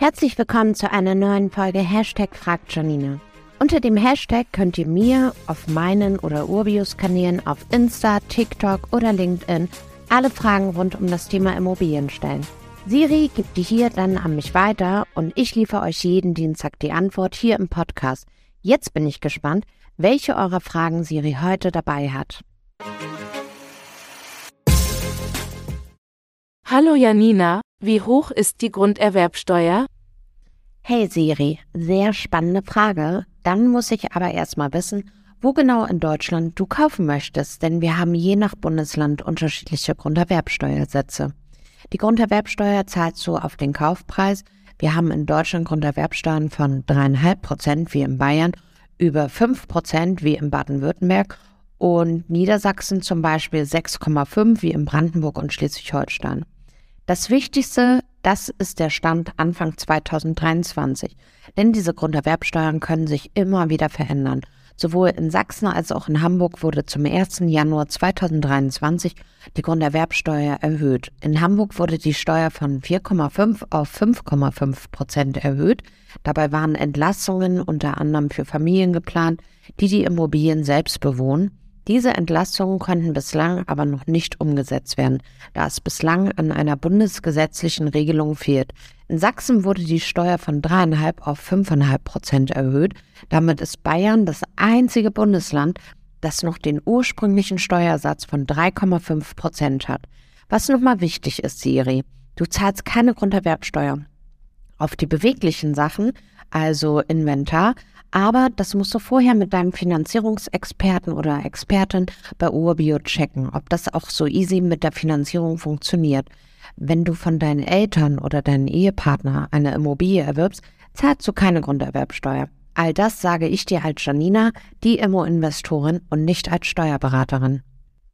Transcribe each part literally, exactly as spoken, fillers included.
Herzlich willkommen zu einer neuen Folge Hashtag fragt Janina. Unter dem Hashtag könnt ihr mir auf meinen oder Urbius-Kanälen auf Insta, TikTok oder LinkedIn alle Fragen rund um das Thema Immobilien stellen. Siri gibt die hier dann an mich weiter und ich liefere euch jeden Dienstag die Antwort hier im Podcast. Jetzt bin ich gespannt, welche eurer Fragen Siri heute dabei hat. Hallo Janina, wie hoch ist die Grunderwerbsteuer? Hey Siri, sehr spannende Frage. Dann muss ich aber erstmal wissen, wo genau in Deutschland du kaufen möchtest, denn wir haben je nach Bundesland unterschiedliche Grunderwerbsteuersätze. Die Grunderwerbsteuer zahlst du auf den Kaufpreis. Wir haben in Deutschland Grunderwerbsteuern von drei Komma fünf Prozent wie in Bayern, über fünf Prozent wie in Baden-Württemberg und Niedersachsen zum Beispiel sechs Komma fünf wie in Brandenburg und Schleswig-Holstein. Das Wichtigste, das ist der Stand Anfang zweitausenddreiundzwanzig, denn diese Grunderwerbsteuern können sich immer wieder verändern. Sowohl in Sachsen als auch in Hamburg wurde zum ersten Januar zweitausenddreiundzwanzig die Grunderwerbsteuer erhöht. In Hamburg wurde die Steuer von vier Komma fünf auf fünf Komma fünf Prozent erhöht. Dabei waren Entlastungen unter anderem für Familien geplant, die die Immobilien selbst bewohnen. Diese Entlastungen konnten bislang aber noch nicht umgesetzt werden, da es bislang an einer bundesgesetzlichen Regelung fehlt. In Sachsen wurde die Steuer von drei Komma fünf auf fünf Komma fünf Prozent erhöht. Damit ist Bayern das einzige Bundesland, das noch den ursprünglichen Steuersatz von drei Komma fünf Prozent hat. Was nochmal wichtig ist, Siri, du zahlst keine Grunderwerbsteuer auf die beweglichen Sachen, also Inventar, aber das musst du vorher mit deinem Finanzierungsexperten oder Expertin bei Urbio checken, ob das auch so easy mit der Finanzierung funktioniert. Wenn du von deinen Eltern oder deinem Ehepartner eine Immobilie erwirbst, zahlst du keine Grunderwerbsteuer. All das sage ich dir als Janina, die Immo-Investorin und nicht als Steuerberaterin.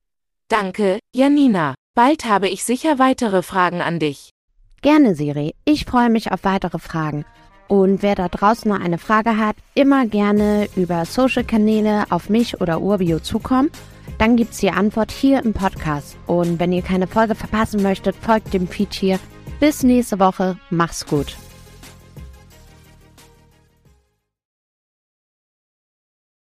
Danke, Janina. Bald habe ich sicher weitere Fragen an dich. Gerne, Siri. Ich freue mich auf weitere Fragen. Und wer da draußen noch eine Frage hat, immer gerne über Social-Kanäle auf mich oder Urbio zukommen. Dann gibt's die Antwort hier im Podcast. Und wenn ihr keine Folge verpassen möchtet, folgt dem Feed hier. Bis nächste Woche. Mach's gut.